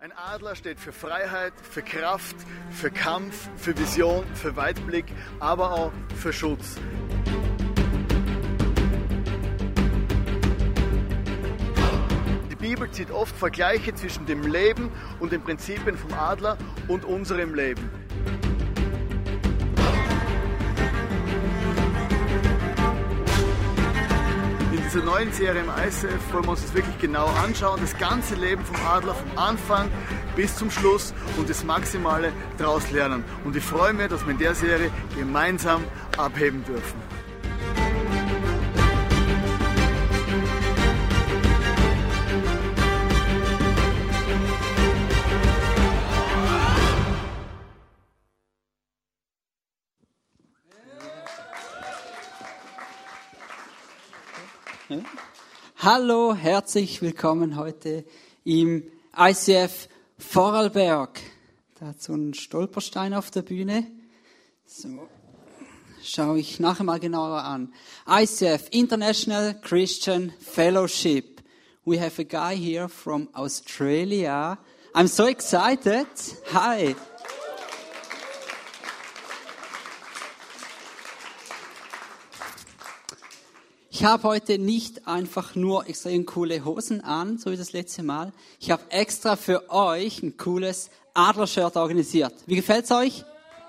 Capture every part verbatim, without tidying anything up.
Ein Adler steht für Freiheit, für Kraft, für Kampf, für Vision, für Weitblick, aber auch für Schutz. Die Bibel zieht oft Vergleiche zwischen dem Leben und den Prinzipien vom Adler und unserem Leben. In dieser neuen Serie im I C F wollen wir uns das wirklich genau anschauen, das ganze Leben vom Adler, vom Anfang bis zum Schluss und das Maximale daraus lernen. Und ich freue mich, dass wir in der Serie gemeinsam abheben dürfen. Hallo, herzlich willkommen heute im I C F Vorarlberg. Da hat so einen Stolperstein auf der Bühne. So, schaue ich nachher mal genauer an. I C F, International Christian Fellowship. We have a guy here from Australia. I'm so excited. Hi. Ich habe heute nicht einfach nur extrem coole Hosen an, so wie das letzte Mal. Ich habe extra für euch ein cooles Adler-Shirt organisiert. Wie gefällt's euch?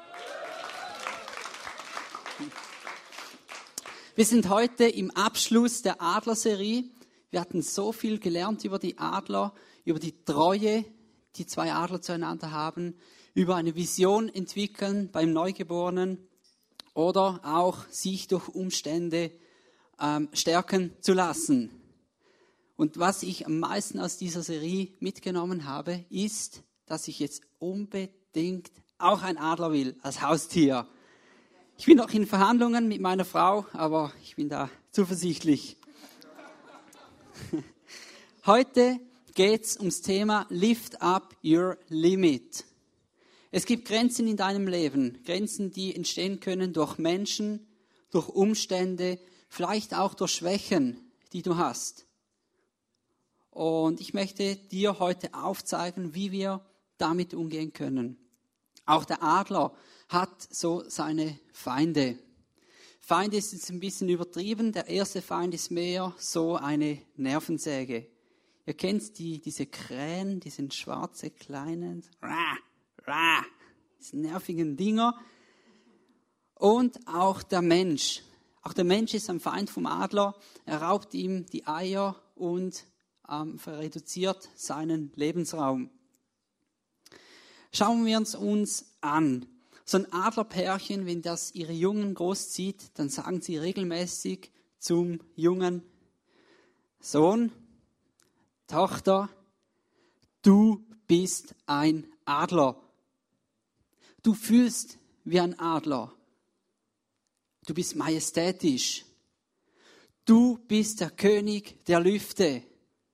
Wir sind heute im Abschluss der Adler-Serie. Wir hatten so viel gelernt über die Adler, über die Treue, die zwei Adler zueinander haben, über eine Vision entwickeln beim Neugeborenen oder auch sich durch Umstände stärken zu lassen. Und was ich am meisten aus dieser Serie mitgenommen habe, ist, dass ich jetzt unbedingt auch ein Adler will, als Haustier. Ich bin noch in Verhandlungen mit meiner Frau, aber ich bin da zuversichtlich. Heute geht es ums Thema Lift up your limit. Es gibt Grenzen in deinem Leben, Grenzen, die entstehen können durch Menschen, durch Umstände, vielleicht auch durch Schwächen, die du hast. Und ich möchte dir heute aufzeigen, wie wir damit umgehen können. Auch der Adler hat so seine Feinde. Feinde ist jetzt ein bisschen übertrieben. Der erste Feind ist mehr so eine Nervensäge. Ihr kennt die, diese Krähen, diese schwarze kleinen, rah, rah, diese nervigen Dinger. Und auch der Mensch. Auch der Mensch ist ein Feind vom Adler. Er raubt ihm die Eier und ähm, reduziert seinen Lebensraum. Schauen wir uns uns an. So ein Adlerpärchen, wenn das ihre Jungen großzieht, dann sagen sie regelmäßig zum Jungen: Sohn, Tochter, du bist ein Adler. Du fühlst wie ein Adler. Du bist majestätisch. Du bist der König der Lüfte.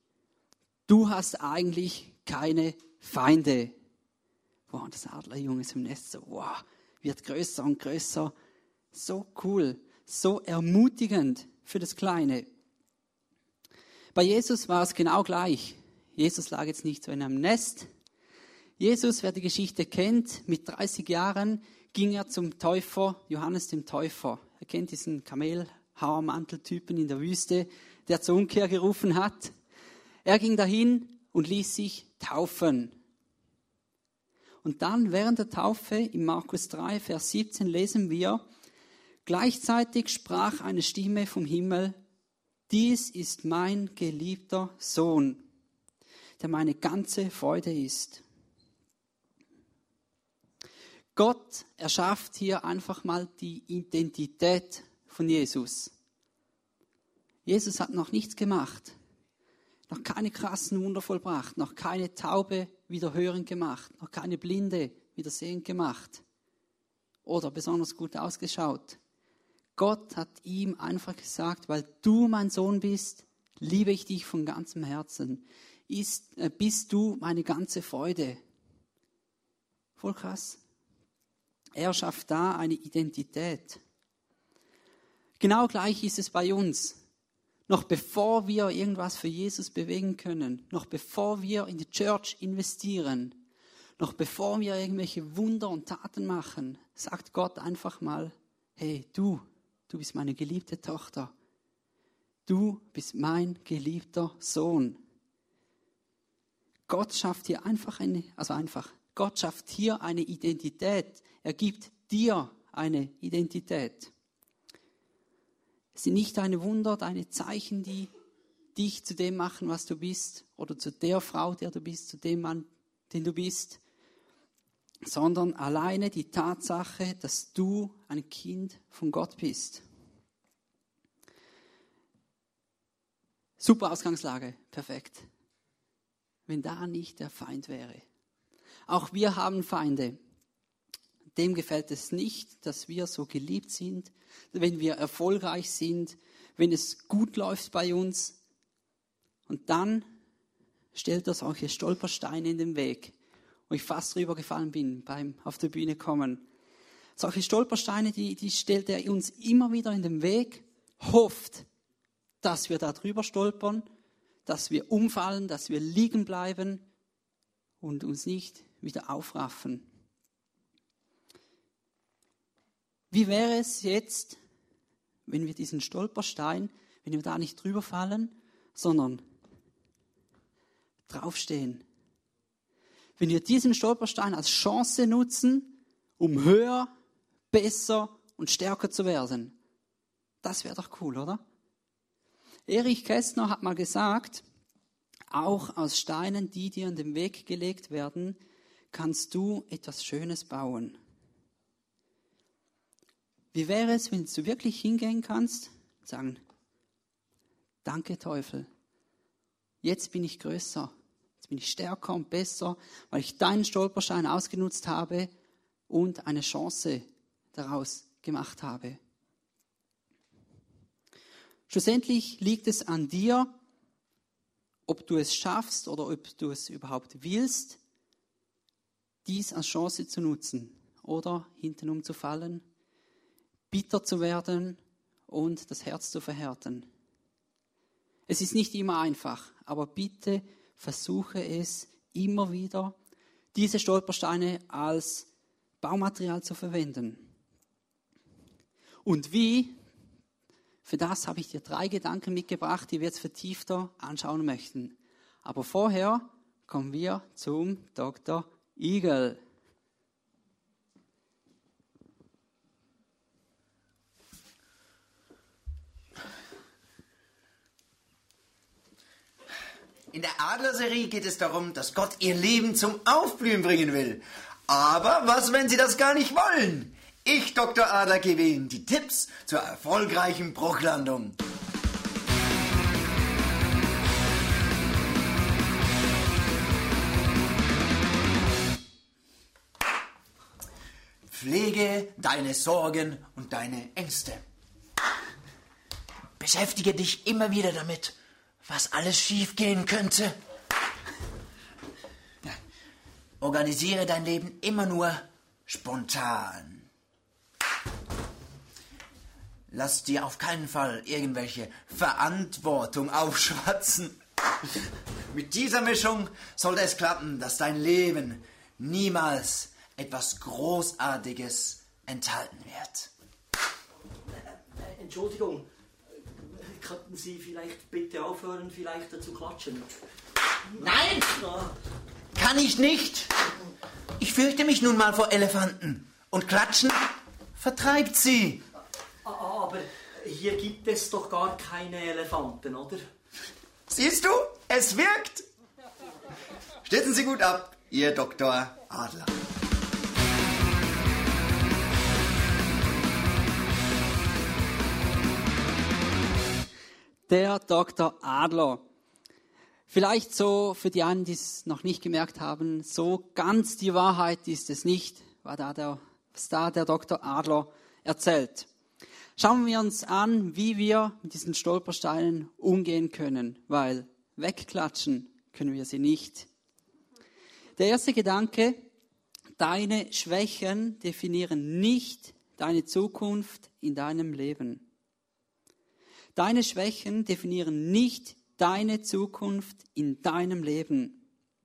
Du hast eigentlich keine Feinde. Wow, das Adlerjunge ist im Nest so, wow, wird größer und größer. So cool, so ermutigend für das Kleine. Bei Jesus war es genau gleich. Jesus lag jetzt nicht so in einem Nest. Jesus, wer die Geschichte kennt, mit dreißig Jahren ging er zum Täufer, Johannes dem Täufer. Er kennt diesen Kamelhaarmanteltypen in der Wüste, der zur Umkehr gerufen hat. Er ging dahin und ließ sich taufen. Und dann während der Taufe, in Markus drei, Vers siebzehn, lesen wir: Gleichzeitig sprach eine Stimme vom Himmel: Dies ist mein geliebter Sohn, der meine ganze Freude ist. Gott erschafft hier einfach mal die Identität von Jesus. Jesus hat noch nichts gemacht, noch keine krassen Wunder vollbracht, noch keine Taube wieder hörend gemacht, noch keine Blinde wieder sehend gemacht oder besonders gut ausgeschaut. Gott hat ihm einfach gesagt: Weil du mein Sohn bist, liebe ich dich von ganzem Herzen. Ist, äh, bist du meine ganze Freude. Voll krass. Er schafft da eine Identität. Genau gleich ist es bei uns. Noch bevor wir irgendwas für Jesus bewegen können, noch bevor wir in die Church investieren, noch bevor wir irgendwelche Wunder und Taten machen, sagt Gott einfach mal, hey, du, du bist meine geliebte Tochter. Du bist mein geliebter Sohn. Gott schafft hier einfach eine, also einfach, Gott schafft hier eine Identität. Er gibt dir eine Identität. Es sind nicht deine Wunder, deine Zeichen, die dich zu dem machen, was du bist, oder zu der Frau, der du bist, zu dem Mann, den du bist, sondern alleine die Tatsache, dass du ein Kind von Gott bist. Super Ausgangslage, perfekt. Wenn da nicht der Feind wäre. Auch wir haben Feinde. Dem gefällt es nicht, dass wir so geliebt sind, wenn wir erfolgreich sind, wenn es gut läuft bei uns. Und dann stellt er solche Stolpersteine in den Weg, wo ich fast drüber gefallen bin beim auf der Bühne kommen. Solche Stolpersteine, die, die stellt er uns immer wieder in den Weg, hofft, dass wir da drüber stolpern, dass wir umfallen, dass wir liegen bleiben und uns nicht wieder aufraffen. Wie wäre es jetzt, wenn wir diesen Stolperstein, wenn wir da nicht drüber fallen, sondern draufstehen? Wenn wir diesen Stolperstein als Chance nutzen, um höher, besser und stärker zu werden. Das wäre doch cool, oder? Erich Kästner hat mal gesagt, auch aus Steinen, die dir in den Weg gelegt werden, kannst du etwas Schönes bauen. Wie wäre es, wenn du wirklich hingehen kannst und sagen, danke Teufel, jetzt bin ich größer, jetzt bin ich stärker und besser, weil ich deinen Stolperstein ausgenutzt habe und eine Chance daraus gemacht habe. Schlussendlich liegt es an dir, ob du es schaffst oder ob du es überhaupt willst, dies als Chance zu nutzen oder hintenum zu fallen, bitter zu werden und das Herz zu verhärten. Es ist nicht immer einfach, aber bitte versuche es immer wieder, diese Stolpersteine als Baumaterial zu verwenden. Und wie? Für das habe ich dir drei Gedanken mitgebracht, die wir jetzt vertiefter anschauen möchten. Aber vorher kommen wir zum Doktor Igel. In der Adler-Serie geht es darum, dass Gott ihr Leben zum Aufblühen bringen will. Aber was, wenn sie das gar nicht wollen? Ich, Doktor Adler, gebe Ihnen die Tipps zur erfolgreichen Bruchlandung. Pflege deine Sorgen und deine Ängste. Beschäftige dich immer wieder damit, was alles schiefgehen könnte. Organisiere dein Leben immer nur spontan. Lass dir auf keinen Fall irgendwelche Verantwortung aufschwatzen. Mit dieser Mischung sollte es klappen, dass dein Leben niemals etwas Großartiges enthalten wird. Entschuldigung, könnten Sie vielleicht bitte aufhören, vielleicht dazu klatschen? Nein! Kann ich nicht! Ich fürchte mich nun mal vor Elefanten. Und Klatschen vertreibt sie. Aber hier gibt es doch gar keine Elefanten, oder? Siehst du, es wirkt. Stützen Sie gut ab, Ihr Doktor Adler. Der Doktor Adler. Vielleicht so für die einen, die es noch nicht gemerkt haben, so ganz die Wahrheit ist es nicht, was da der, was da der Doktor Adler erzählt. Schauen wir uns an, wie wir mit diesen Stolpersteinen umgehen können, weil wegklatschen können wir sie nicht. Der erste Gedanke, deine Schwächen definieren nicht deine Zukunft in deinem Leben. Deine Schwächen definieren nicht deine Zukunft in deinem Leben.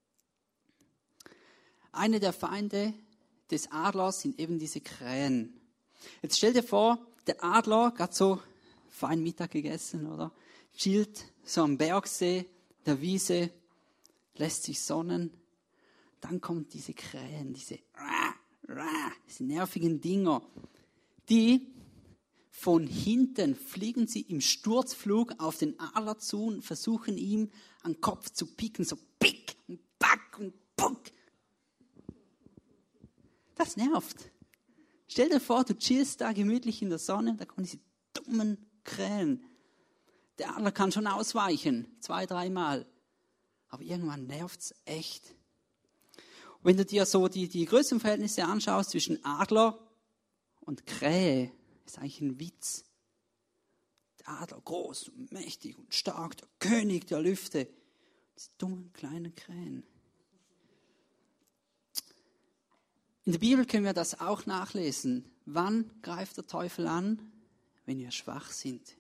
Eine der Feinde des Adlers sind eben diese Krähen. Jetzt stell dir vor, der Adler, gerade so fein Mittag gegessen, oder? Chillt so am Bergsee, der Wiese, lässt sich sonnen. Dann kommen diese Krähen, diese, diese nervigen Dinger, die von hinten fliegen sie im Sturzflug auf den Adler zu und versuchen ihm an den Kopf zu picken, so pick und pack und puck. Das nervt. Stell dir vor, du chillst da gemütlich in der Sonne, da kommen diese dummen Krähen. Der Adler kann schon ausweichen, zwei, dreimal. Aber irgendwann nervt's echt. Und wenn du dir so die, die Größenverhältnisse anschaust zwischen Adler und Krähe, ist eigentlich ein Witz. Der Adler groß und mächtig und stark, der König der Lüfte. Diese dummen kleinen Krähen. In der Bibel können wir das auch nachlesen. Wann greift der Teufel an? Wenn wir schwach sind.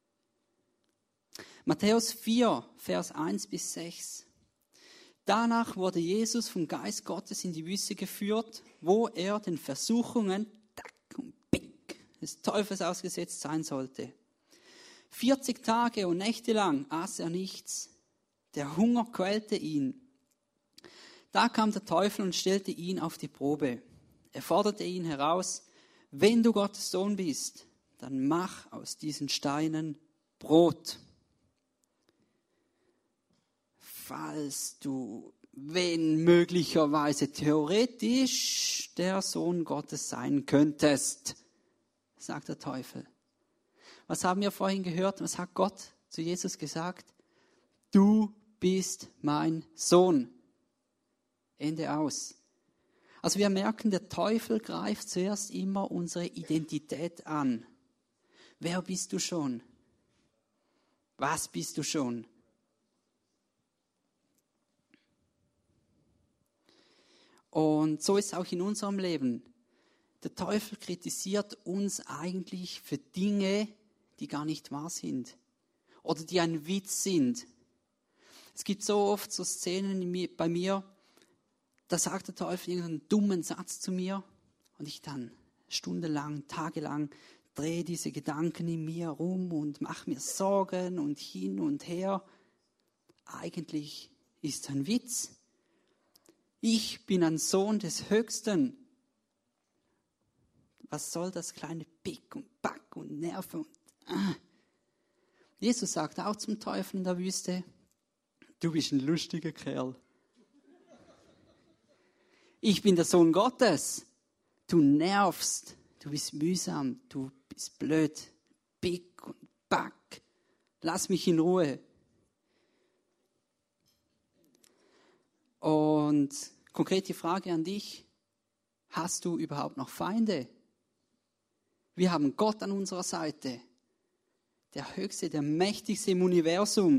Matthäus vier, Vers eins bis sechs. Danach wurde Jesus vom Geist Gottes in die Wüste geführt, wo er den Versuchungen tack und pick des Teufels ausgesetzt sein sollte. vierzig Tage und Nächte lang aß er nichts. Der Hunger quälte ihn. Da kam der Teufel und stellte ihn auf die Probe. Er forderte ihn heraus, wenn du Gottes Sohn bist, dann mach aus diesen Steinen Brot. Falls du, wenn möglicherweise theoretisch der Sohn Gottes sein könntest, sagt der Teufel. Was haben wir vorhin gehört? Was hat Gott zu Jesus gesagt? Du bist mein Sohn. Ende aus. Also wir merken, der Teufel greift zuerst immer unsere Identität an. Wer bist du schon? Was bist du schon? Und so ist es auch in unserem Leben. Der Teufel kritisiert uns eigentlich für Dinge, die gar nicht wahr sind oder die ein Witz sind. Es gibt so oft so Szenen bei mir, da sagt der Teufel irgendeinen dummen Satz zu mir und ich dann stundenlang, tagelang drehe diese Gedanken in mir rum und mache mir Sorgen und hin und her. Eigentlich ist es ein Witz. Ich bin ein Sohn des Höchsten. Was soll das kleine Pick und Pack und Nerven? Und, ah. Jesus sagt auch zum Teufel in der Wüste, du bist ein lustiger Kerl. Ich bin der Sohn Gottes. Du nervst, du bist mühsam, du bist blöd. Pick und Pack. Lass mich in Ruhe. Und konkret die Frage an dich, hast du überhaupt noch Feinde? Wir haben Gott an unserer Seite. Der Höchste, der Mächtigste im Universum.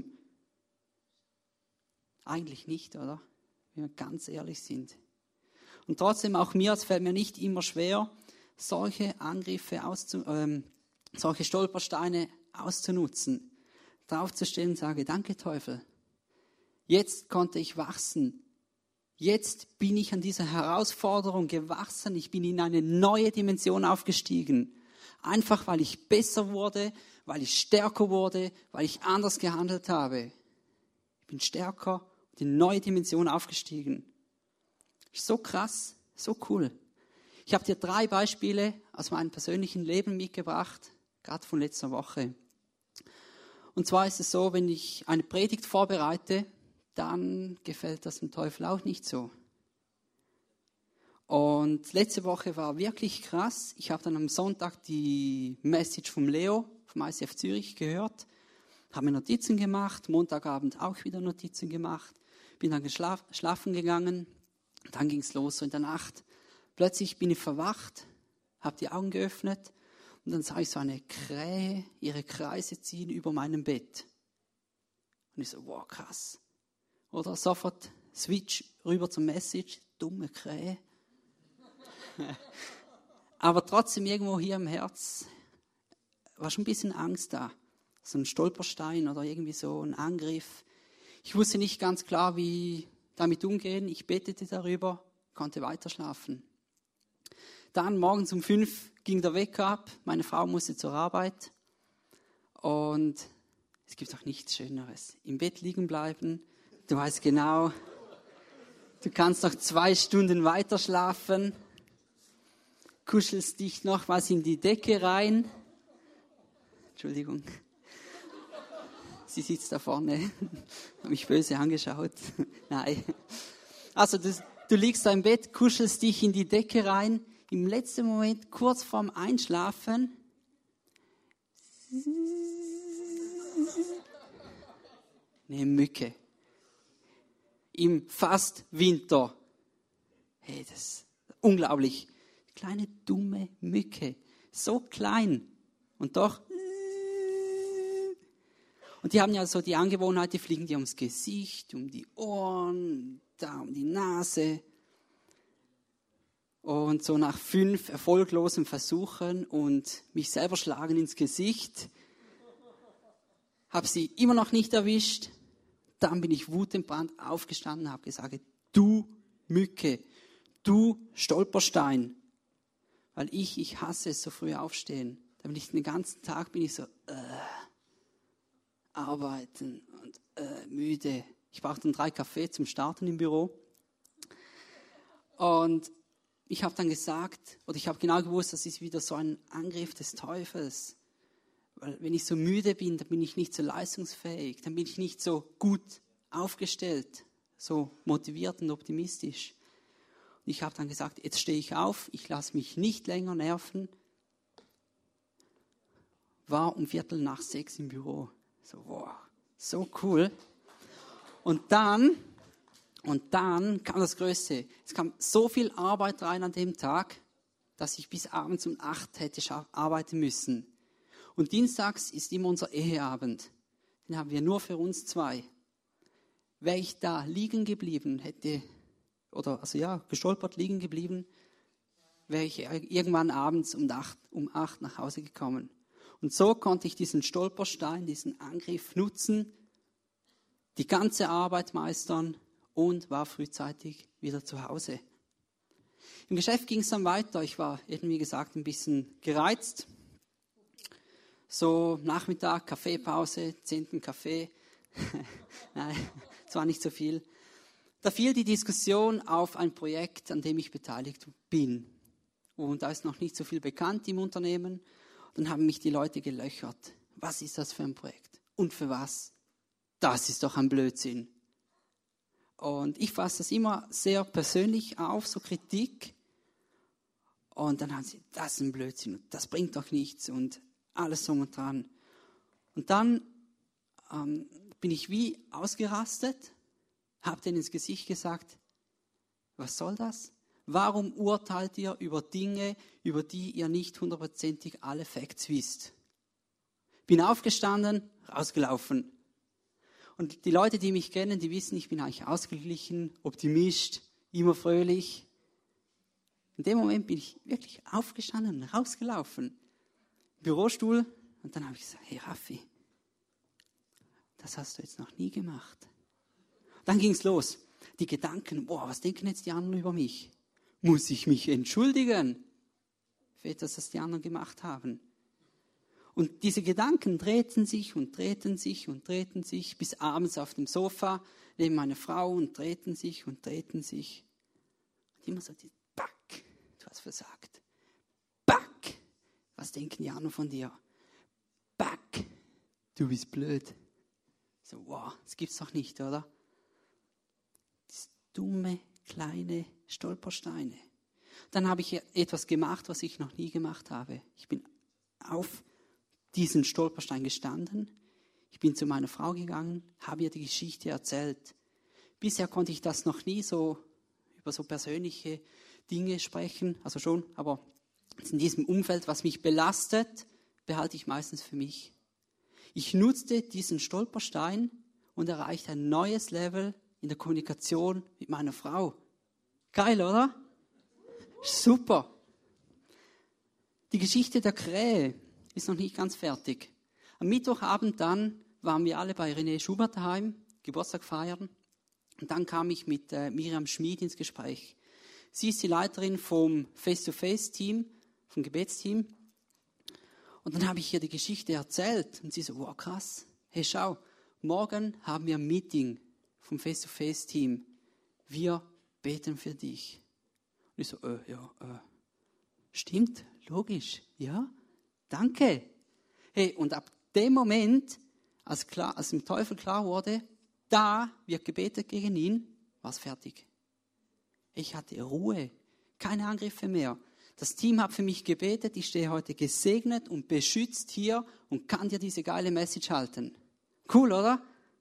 Eigentlich nicht, oder? Wenn wir ganz ehrlich sind. Und trotzdem, auch mir, es fällt mir nicht immer schwer, solche Angriffe, auszu, ähm, solche Stolpersteine auszunutzen. Draufzustellen und sage, danke Teufel. Jetzt konnte ich wachsen. Jetzt bin ich an dieser Herausforderung gewachsen. Ich bin in eine neue Dimension aufgestiegen. Einfach, weil ich besser wurde, weil ich stärker wurde, weil ich anders gehandelt habe. Ich bin stärker und in eine neue Dimension aufgestiegen. So krass, so cool. Ich habe dir drei Beispiele aus meinem persönlichen Leben mitgebracht, gerade von letzter Woche. Und zwar ist es so, wenn ich eine Predigt vorbereite, dann gefällt das dem Teufel auch nicht so. Und letzte Woche war wirklich krass. Ich habe dann am Sonntag die Message vom Leo, vom I C F Zürich gehört, habe mir Notizen gemacht, Montagabend auch wieder Notizen gemacht, bin dann geschlaf, schlafen gegangen. Dann ging es los, so in der Nacht. Plötzlich bin ich verwacht, habe die Augen geöffnet und dann sah ich so eine Krähe ihre Kreise ziehen über meinem Bett. Und ich so, wow, krass. Oder sofort Switch rüber zum Message, dumme Krähe. Aber trotzdem irgendwo hier im Herz war schon ein bisschen Angst da. so ein Stolperstein oder irgendwie so ein Angriff. Ich wusste nicht ganz klar, wie damit umgehen. Ich betete darüber, konnte weiter schlafen. Dann morgens um fünf ging der Wecker ab. Meine Frau musste zur Arbeit. Und es gibt auch nichts Schöneres. Im Bett liegen bleiben. Du weißt genau, du kannst noch zwei Stunden weiter schlafen. Kuschelst dich noch was in die Decke rein. Entschuldigung. Sie sitzt da vorne. Hat mich böse angeschaut. Nein. Also du, du liegst da im Bett, kuschelst dich in die Decke rein. Im letzten Moment, kurz vorm Einschlafen, eine Mücke. Im fast Winter. Hey, das ist unglaublich. Kleine, dumme Mücke. So klein. Und doch. Und die haben ja so die Angewohnheit, die fliegen dir ums Gesicht, um die Ohren, da um die Nase. Und so nach fünf erfolglosen Versuchen und mich selber schlagen ins Gesicht, habe sie immer noch nicht erwischt. Dann bin ich wutentbrannt aufgestanden und habe gesagt, du Mücke, du Stolperstein. Weil ich, ich hasse es, so früh aufstehen. Da bin ich den ganzen Tag bin ich so, äh, arbeiten und äh, müde. Ich brauche dann drei Kaffee zum Starten im Büro. Und ich habe dann gesagt, oder ich habe genau gewusst, das ist wieder so ein Angriff des Teufels. Weil wenn ich so müde bin, dann bin ich nicht so leistungsfähig, dann bin ich nicht so gut aufgestellt, so motiviert und optimistisch. Und ich habe dann gesagt, jetzt stehe ich auf, ich lasse mich nicht länger nerven. War um Viertel nach sechs im Büro. So, wow, so cool. Und dann... Und dann kam das Größte. Es kam so viel Arbeit rein an dem Tag, dass ich bis abends um acht hätte arbeiten müssen. Und dienstags ist immer unser Eheabend. Den haben wir nur für uns zwei. Wäre ich da liegen geblieben, hätte, oder also ja, gestolpert liegen geblieben, wäre ich irgendwann abends um acht, um acht nach Hause gekommen. Und so konnte ich diesen Stolperstein, diesen Angriff nutzen, die ganze Arbeit meistern, und war frühzeitig wieder zu Hause. Im Geschäft ging es dann weiter. Ich war, wie gesagt, ein bisschen gereizt. So Nachmittag, Kaffeepause, zehnten Kaffee. Nein, es war nicht so viel. Da fiel die Diskussion auf ein Projekt, an dem ich beteiligt bin. Und da ist noch nicht so viel bekannt im Unternehmen. Dann haben mich die Leute gelöchert. Was ist das für ein Projekt? Und für was? Das ist doch ein Blödsinn. Und ich fasse das immer sehr persönlich auf, so Kritik. Und dann haben sie, das ist ein Blödsinn, das bringt doch nichts und alles so und dran. Und dann ähm, bin ich wie ausgerastet, habe denen ins Gesicht gesagt, was soll das? Warum urteilt ihr über Dinge, über die ihr nicht hundertprozentig alle Facts wisst? Bin aufgestanden, rausgelaufen. Und die Leute, die mich kennen, die wissen, ich bin eigentlich ausgeglichen, Optimist, immer fröhlich. In dem Moment bin ich wirklich aufgestanden und rausgelaufen. Bürostuhl. Und dann habe ich gesagt, hey Raffi, das hast du jetzt noch nie gemacht. Dann ging es los. Die Gedanken, boah, was denken jetzt die anderen über mich? Muss ich mich entschuldigen für etwas, was die anderen gemacht haben? Und diese Gedanken drehten sich und drehten sich und drehten sich bis abends auf dem Sofa neben meiner Frau und drehten sich und drehten sich. Und immer so, die, Back, du hast versagt. Back, was denken die anderen von dir? Back, du bist blöd. So, wow, das gibt's doch nicht, oder? Das dumme, kleine Stolpersteine. Dann habe ich etwas gemacht, was ich noch nie gemacht habe. Ich bin auf diesen Stolperstein gestanden. Ich bin zu meiner Frau gegangen, habe ihr die Geschichte erzählt. Bisher konnte ich das noch nie so über so persönliche Dinge sprechen, also schon, aber in diesem Umfeld, was mich belastet, behalte ich meistens für mich. Ich nutzte diesen Stolperstein und erreichte ein neues Level in der Kommunikation mit meiner Frau. Geil, oder? Super. Die Geschichte der Krähe ist noch nicht ganz fertig. Am Mittwochabend dann waren wir alle bei René Schubert daheim, Geburtstag feiern. Und dann kam ich mit äh, Miriam Schmid ins Gespräch. Sie ist die Leiterin vom Face-to-Face-Team, vom Gebetsteam. Und dann habe ich ihr die Geschichte erzählt. Und sie so, wow, krass. Hey, schau, morgen haben wir ein Meeting vom Face-to-Face-Team. Wir beten für dich. Und ich so, äh, ja, äh, stimmt, logisch, ja, danke. Hey, und ab dem Moment, als, klar, als dem Teufel klar wurde, da wird gebetet gegen ihn, war es fertig. Ich hatte Ruhe, keine Angriffe mehr. Das Team hat für mich gebetet, ich stehe heute gesegnet und beschützt hier und kann dir diese geile Message halten. Cool, oder?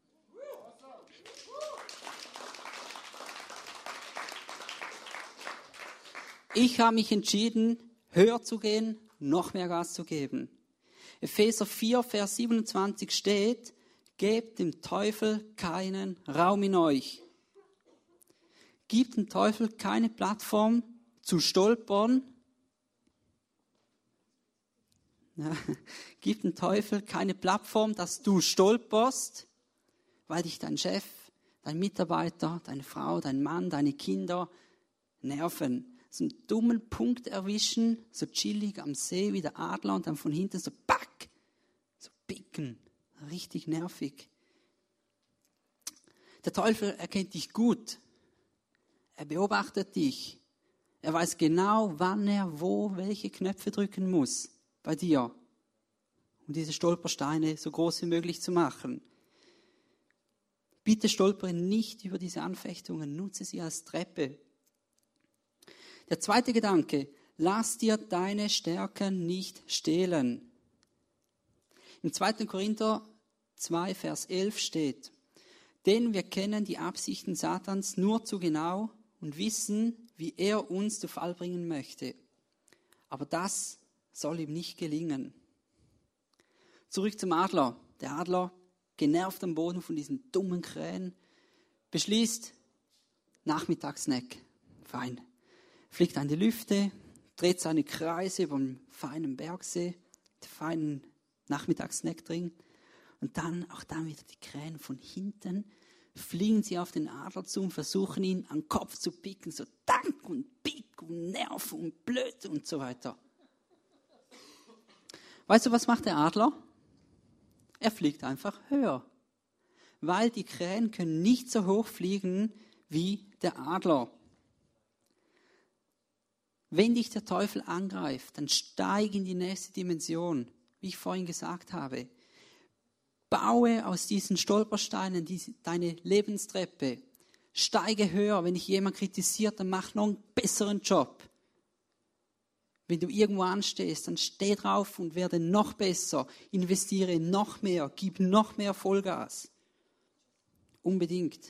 Ich habe mich entschieden, höher zu gehen, noch mehr Gas zu geben. Epheser vier, Vers siebenundzwanzig steht, gebt dem Teufel keinen Raum in euch. Gebt dem Teufel keine Plattform zu stolpern. Ja, gib dem Teufel keine Plattform, dass du stolperst, weil dich dein Chef, dein Mitarbeiter, deine Frau, dein Mann, deine Kinder nerven. So einen dummen Punkt erwischen, so chillig am See wie der Adler und dann von hinten so pack, so picken. Richtig nervig. Der Teufel erkennt dich gut. Er beobachtet dich. Er weiß genau, wann er wo welche Knöpfe drücken muss bei dir, um diese Stolpersteine so groß wie möglich zu machen. Bitte stolpere nicht über diese Anfechtungen, nutze sie als Treppe. Der zweite Gedanke, lass dir deine Stärken nicht stehlen. Im zweiten Korinther zwei, Vers elf steht, denn wir kennen die Absichten Satans nur zu genau und wissen, wie er uns zu Fall bringen möchte. Aber das soll ihm nicht gelingen. Zurück zum Adler. Der Adler, genervt am Boden von diesen dummen Krähen, beschließt, Nachmittagssnack. Fein. Fliegt an die Lüfte, dreht seine Kreise über den feinen Bergsee, den feinen Nachmittagssnack drin. Und dann, auch dann wieder die Krähen von hinten, fliegen sie auf den Adler zu und versuchen ihn am Kopf zu picken, so dank und pick und nerv und blöd und so weiter. Weißt du, was macht der Adler? Er fliegt einfach höher, weil die Krähen können nicht so hoch fliegen wie der Adler. Wenn dich der Teufel angreift, dann steig in die nächste Dimension, wie ich vorhin gesagt habe. Baue aus diesen Stolpersteinen die, deine Lebenstreppe. Steige höher. Wenn dich jemand kritisiert, dann mach noch einen besseren Job. Wenn du irgendwo anstehst, dann steh drauf und werde noch besser. Investiere noch mehr. Gib noch mehr Vollgas. Unbedingt.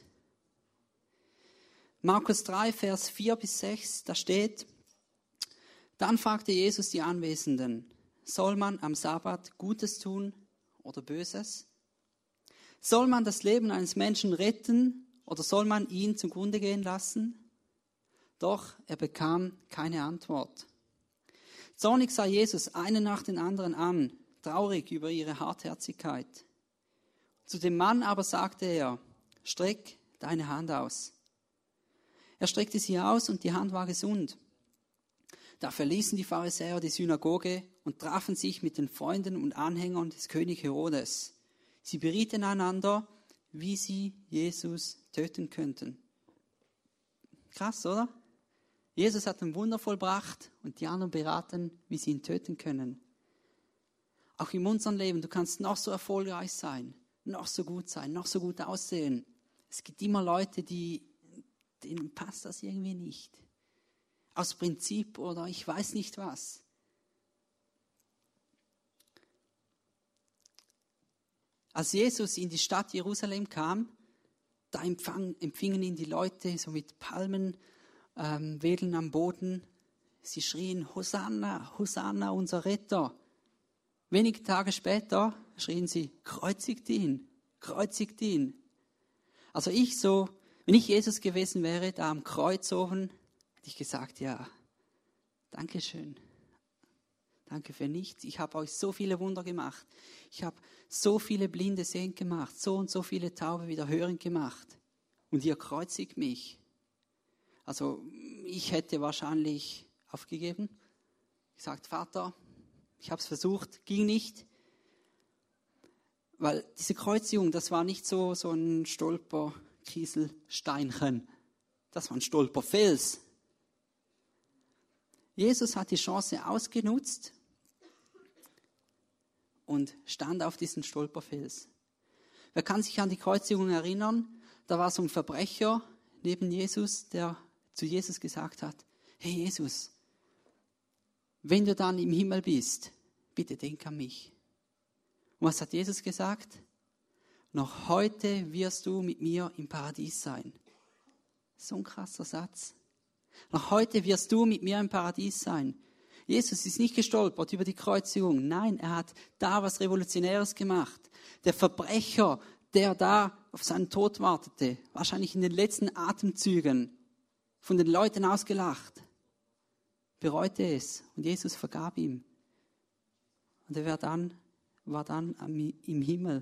Markus drei, Vers vier bis sechs, da steht, dann fragte Jesus die Anwesenden, soll man am Sabbat Gutes tun oder Böses? Soll man das Leben eines Menschen retten oder soll man ihn zugrunde gehen lassen? Doch er bekam keine Antwort. Zornig sah Jesus einen nach den anderen an, traurig über ihre Hartherzigkeit. Zu dem Mann aber sagte er, streck deine Hand aus. Er streckte sie aus und die Hand war gesund. Da verließen die Pharisäer die Synagoge und trafen sich mit den Freunden und Anhängern des König Herodes. Sie berieten einander, wie sie Jesus töten könnten. Krass, oder? Jesus hat ein Wunder vollbracht und die anderen beraten, wie sie ihn töten können. Auch in unserem Leben, du kannst noch so erfolgreich sein, noch so gut sein, noch so gut aussehen. Es gibt immer Leute, die, denen passt das irgendwie nicht. Aus Prinzip oder ich weiß nicht was. Als Jesus in die Stadt Jerusalem kam, da empfang, empfingen ihn die Leute so mit Palmen, ähm, wedeln am Boden. Sie schrien, Hosanna, Hosanna, unser Retter. Wenige Tage später schrien sie, kreuzigt ihn, kreuzigt ihn. Also ich so, wenn ich Jesus gewesen wäre, da am Kreuz oben, hätte ich gesagt, ja, danke schön. Danke für nichts. Ich habe euch so viele Wunder gemacht. Ich habe so viele Blinde sehend gemacht, so und so viele Taube wieder hörend gemacht. Und ihr kreuzigt mich. Also ich hätte wahrscheinlich aufgegeben, gesagt, Vater, ich habe es versucht, ging nicht. Weil diese Kreuzigung, das war nicht so, so ein Stolper-Kieselsteinchen. Das war ein Stolperfels. Jesus hat die Chance ausgenutzt und stand auf diesen Stolperfels. Wer kann sich an die Kreuzigung erinnern? Da war so ein Verbrecher neben Jesus, der zu Jesus gesagt hat, hey Jesus, wenn du dann im Himmel bist, bitte denk an mich. Und was hat Jesus gesagt? Noch heute wirst du mit mir im Paradies sein. So ein krasser Satz. Noch heute wirst du mit mir im Paradies sein. Jesus ist nicht gestolpert über die Kreuzigung. Nein, er hat da was Revolutionäres gemacht. Der Verbrecher, der da auf seinen Tod wartete, wahrscheinlich in den letzten Atemzügen, von den Leuten ausgelacht, bereute es und Jesus vergab ihm. Und er war dann, war dann im Himmel.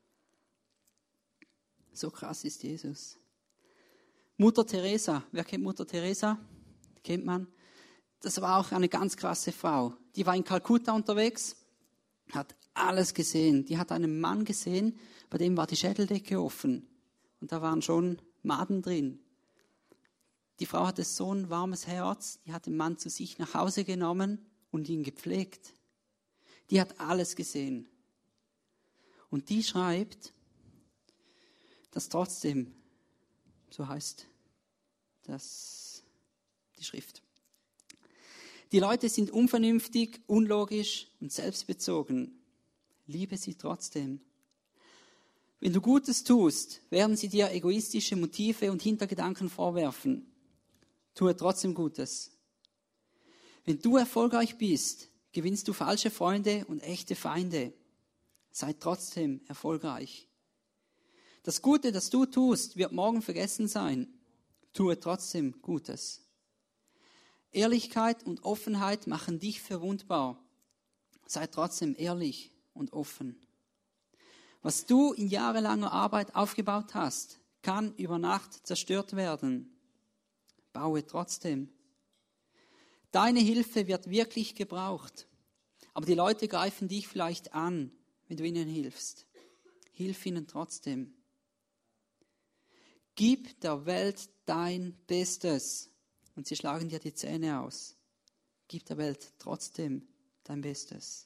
So krass ist Jesus. Mutter Teresa, wer kennt Mutter Teresa? Kennt man. Das war auch eine ganz krasse Frau. Die war in Kalkutta unterwegs, hat alles gesehen. Die hat einen Mann gesehen, bei dem war die Schädeldecke offen. Und da waren schon Maden drin. Die Frau hatte so ein warmes Herz, die hat den Mann zu sich nach Hause genommen und ihn gepflegt. Die hat alles gesehen. Und die schreibt, dass trotzdem, so heißt das die Schrift, die Leute sind unvernünftig, unlogisch und selbstbezogen. Liebe sie trotzdem. Wenn du Gutes tust, werden sie dir egoistische Motive und Hintergedanken vorwerfen. Tue trotzdem Gutes. Wenn du erfolgreich bist, gewinnst du falsche Freunde und echte Feinde. Sei trotzdem erfolgreich. Das Gute, das du tust, wird morgen vergessen sein. Tue trotzdem Gutes. Ehrlichkeit und Offenheit machen dich verwundbar. Sei trotzdem ehrlich und offen. Was du in jahrelanger Arbeit aufgebaut hast, kann über Nacht zerstört werden. Baue trotzdem. Deine Hilfe wird wirklich gebraucht. Aber die Leute greifen dich vielleicht an, wenn du ihnen hilfst. Hilf ihnen trotzdem. Gib der Welt dein Bestes und sie schlagen dir die Zähne aus. Gib der Welt trotzdem dein Bestes.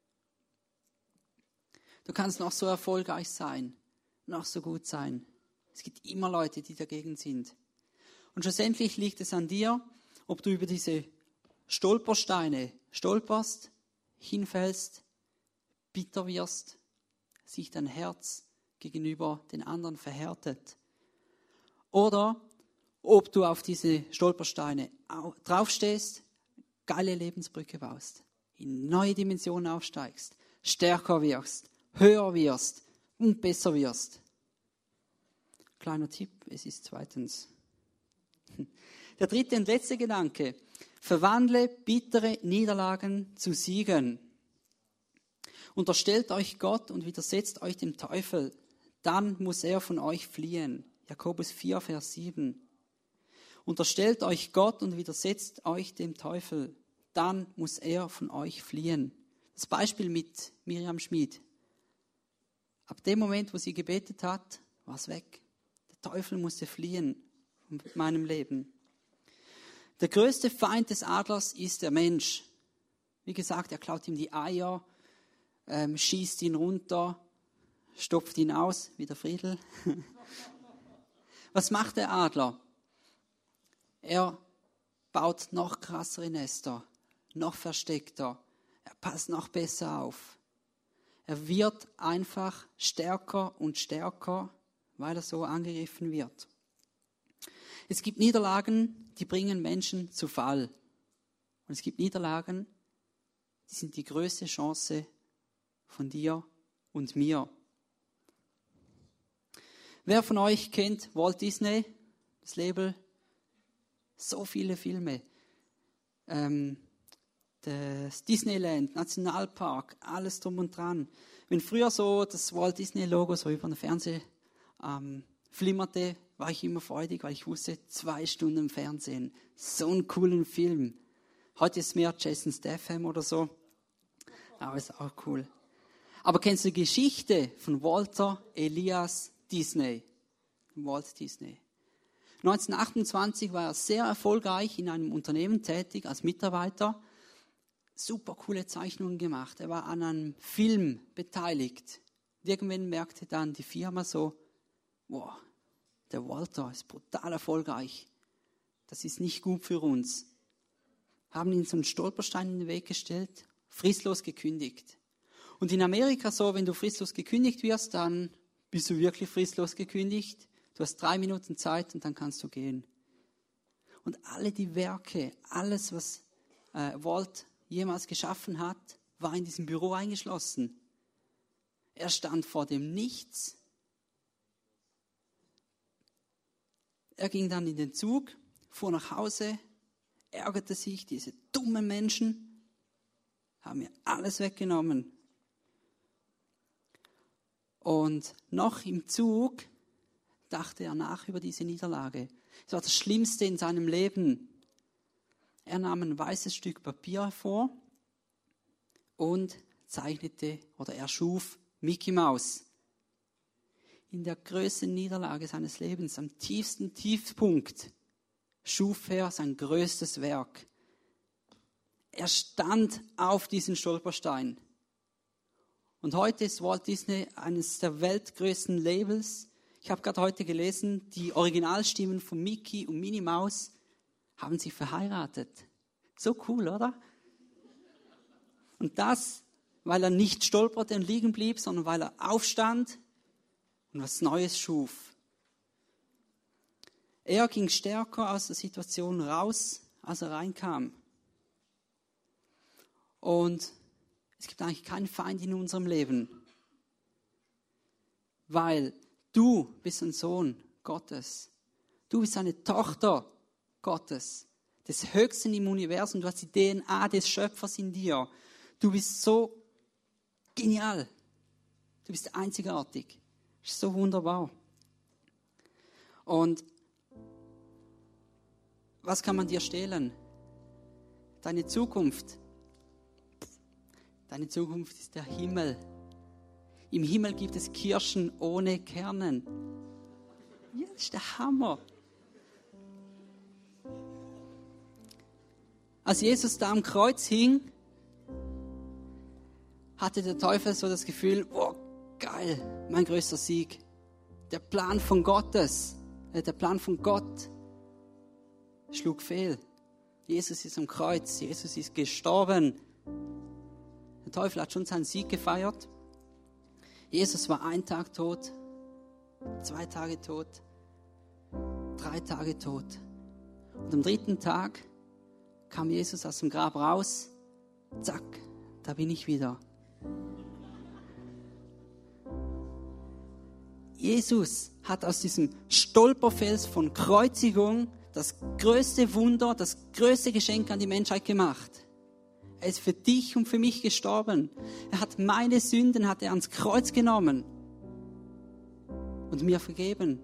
Du kannst noch so erfolgreich sein, noch so gut sein. Es gibt immer Leute, die dagegen sind. Und schlussendlich liegt es an dir, ob du über diese Stolpersteine stolperst, hinfällst, bitter wirst, sich dein Herz gegenüber den anderen verhärtet. Oder ob du auf diese Stolpersteine draufstehst, geile Lebensbrücke baust, in neue Dimensionen aufsteigst, stärker wirst, höher wirst und besser wirst. Kleiner Tipp, es ist zweitens. Der dritte und letzte Gedanke. Verwandle bittere Niederlagen zu Siegen. Unterstellt euch Gott und widersetzt euch dem Teufel. Dann muss er von euch fliehen. Jakobus vier, Vers sieben. Unterstellt euch Gott und widersetzt euch dem Teufel. Dann muss er von euch fliehen. Das Beispiel mit Miriam Schmid. Ab dem Moment, wo sie gebetet hat, war es weg. Der Teufel musste fliehen von meinem Leben. Der größte Feind des Adlers ist der Mensch. Wie gesagt, er klaut ihm die Eier, ähm, schießt ihn runter, stopft ihn aus, wie der Friedel. Was macht der Adler? Er baut noch krassere Nester, noch versteckter. Er passt noch besser auf. Er wird einfach stärker und stärker, weil er so angegriffen wird. Es gibt Niederlagen, die bringen Menschen zu Fall. Und es gibt Niederlagen, die sind die größte Chance von dir und mir. Wer von euch kennt Walt Disney, das Label? So viele Filme. Ähm, das Disneyland, Nationalpark, alles drum und dran. Wenn früher so das Walt Disney Logo so über den Fernseher ähm, flimmerte, war ich immer freudig, weil ich wusste, zwei Stunden im Fernsehen, so einen coolen Film. Heute ist es mehr Jason Statham oder so, aber ist auch cool. Aber kennst du die Geschichte von Walter Elias Disney? Walt Disney. neunzehnhundertachtundzwanzig war er sehr erfolgreich in einem Unternehmen tätig als Mitarbeiter. Super coole Zeichnungen gemacht. Er war an einem Film beteiligt. Irgendwann merkte dann die Firma so, wow, der Walter ist brutal erfolgreich. Das ist nicht gut für uns. Haben ihn so einen Stolperstein in den Weg gestellt, fristlos gekündigt. Und in Amerika so, wenn du fristlos gekündigt wirst, dann bist du wirklich fristlos gekündigt. Du hast drei Minuten Zeit und dann kannst du gehen. Und alle die Werke, alles, was äh, Walt jemals geschaffen hat, war in diesem Büro eingeschlossen. Er stand vor dem Nichts. Er ging dann in den Zug, fuhr nach Hause, ärgerte sich, diese dummen Menschen haben mir alles weggenommen. Und noch im Zug dachte er nach über diese Niederlage. Es war das Schlimmste in seinem Leben. Er nahm ein weißes Stück Papier hervor und zeichnete oder erschuf Mickey Mouse. In der größten Niederlage seines Lebens, am tiefsten Tiefpunkt, schuf er sein größtes Werk. Er stand auf diesen Stolperstein. Und heute ist Walt Disney eines der weltgrößten Labels. Ich habe gerade heute gelesen, die Originalstimmen von Mickey und Minnie Maus haben sich verheiratet. So cool, oder? Und das, weil er nicht stolperte und liegen blieb, sondern weil er aufstand und was Neues schuf. Er ging stärker aus der Situation raus, als er reinkam. Und es gibt eigentlich keinen Feind in unserem Leben, weil du bist ein Sohn Gottes. Du bist eine Tochter Gottes, des Höchsten im Universum. Du hast die D N A des Schöpfers in dir. Du bist so genial. Du bist einzigartig. Das ist so wunderbar. Und was kann man dir stehlen? Deine Zukunft. Deine Zukunft ist der Himmel. Im Himmel gibt es Kirschen ohne Kernen. Ja, das ist der Hammer. Als Jesus da am Kreuz hing, hatte der Teufel so das Gefühl, oh geil, mein größter Sieg. Der Plan von Gottes, äh, der Plan von Gott schlug fehl. Jesus ist am Kreuz, Jesus ist gestorben. Der Teufel hat schon seinen Sieg gefeiert. Jesus war ein Tag tot, zwei Tage tot, drei Tage tot. Und am dritten Tag kam Jesus aus dem Grab raus. Zack, da bin ich wieder. Jesus hat aus diesem Stolperfels von Kreuzigung das größte Wunder, das größte Geschenk an die Menschheit gemacht. Er ist für dich und für mich gestorben. Er hat meine Sünden hat er ans Kreuz genommen und mir vergeben.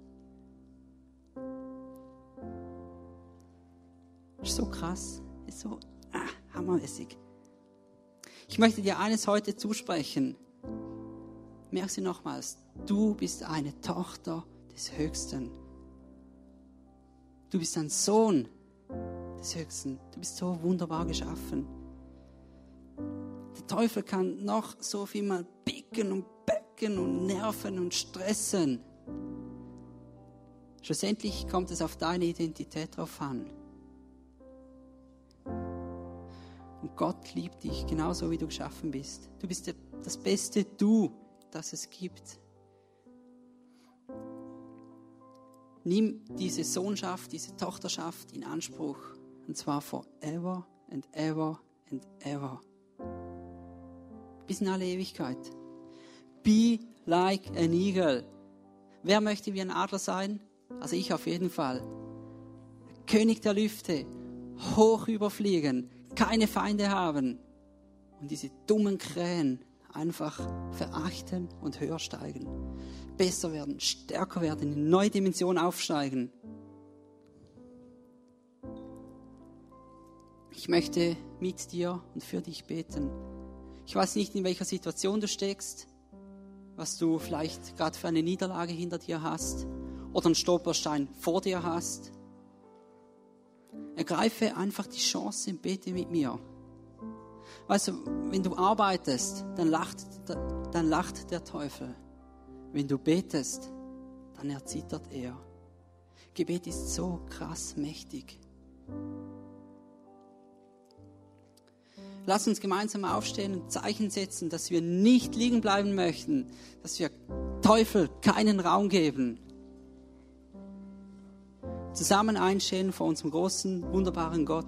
Das ist so krass, das ist so ah, hammermäßig. Ich möchte dir eines heute zusprechen. Merk sie nochmals, du bist eine Tochter des Höchsten. Du bist ein Sohn des Höchsten. Du bist so wunderbar geschaffen. Der Teufel kann noch so viel mal picken und becken und nerven und stressen. Schlussendlich kommt es auf deine Identität drauf an. Und Gott liebt dich genauso, wie du geschaffen bist. Du bist das beste Du, das es gibt. Nimm diese Sohnschaft, diese Tochterschaft in Anspruch. Und zwar forever and ever and ever. Bis in alle Ewigkeit. Be like an eagle. Wer möchte wie ein Adler sein? Also ich auf jeden Fall. König der Lüfte. Hoch überfliegen. keine Feinde haben und diese dummen Krähen einfach verachten und höher steigen, besser werden, stärker werden, in eine neue Dimension aufsteigen. Ich möchte mit dir und für dich beten. Ich weiß nicht, in welcher Situation du steckst, was du vielleicht gerade für eine Niederlage hinter dir hast oder einen Stolperstein vor dir hast. Ergreife einfach die Chance und bete mit mir. Weißt du, wenn du arbeitest, dann lacht, dann lacht der Teufel. Wenn du betest, dann erzittert er. Gebet ist so krass mächtig. Lass uns gemeinsam aufstehen und Zeichen setzen, dass wir nicht liegen bleiben möchten, dass wir Teufel keinen Raum geben. Zusammen einstehen vor unserem großen, wunderbaren Gott.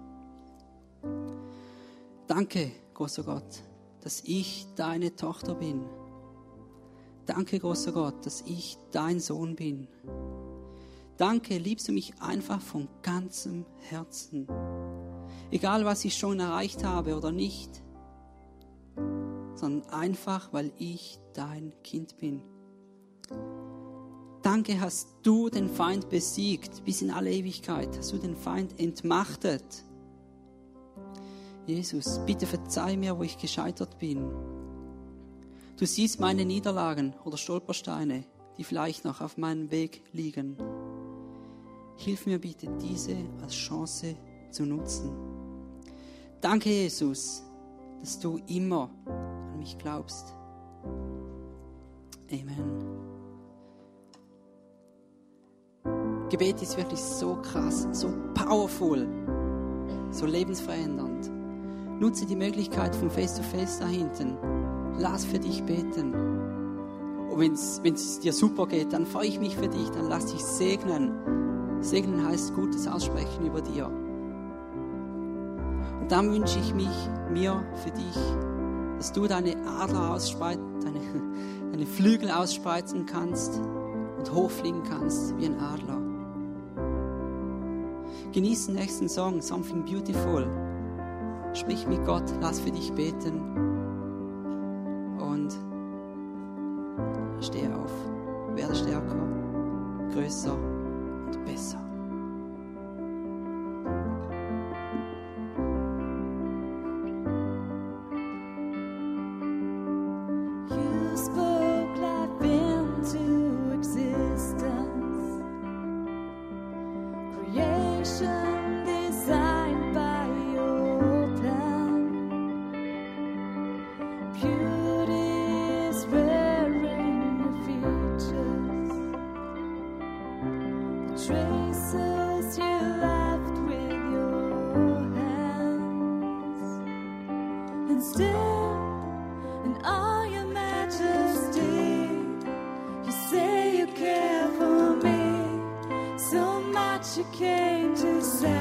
Danke, großer Gott, dass ich deine Tochter bin. Danke, großer Gott, dass ich dein Sohn bin. Danke, liebst du mich einfach von ganzem Herzen. Egal, was ich schon erreicht habe oder nicht, sondern einfach, weil ich dein Kind bin. Danke, hast du den Feind besiegt, bis in alle Ewigkeit. Hast du den Feind entmachtet. Jesus, bitte verzeih mir, wo ich gescheitert bin. Du siehst meine Niederlagen oder Stolpersteine, die vielleicht noch auf meinem Weg liegen. Hilf mir bitte, diese als Chance zu nutzen. Danke, Jesus, dass du immer an mich glaubst. Amen. Gebet ist wirklich so krass, so powerful, so lebensverändernd. Nutze die Möglichkeit vom Face-to-Face da hinten. Lass für dich beten. Und wenn es dir super geht, dann freue ich mich für dich, dann lass dich segnen. Segnen heißt Gutes aussprechen über dir. Und dann wünsche ich mich, mir für dich, dass du deine Adler ausspreiten, deine, deine Flügel ausspreizen kannst und hochfliegen kannst wie ein Adler. Genieß den nächsten Song, Something Beautiful. Sprich mit Gott, lass für dich beten und steh auf. Werde stärker, größer und besser. You spoke life into existence. Creation designed by your plan. Beauty is rare in your features. The traces you left with your hands. And still, in all your majesty, you say you care for me. So much you came to say.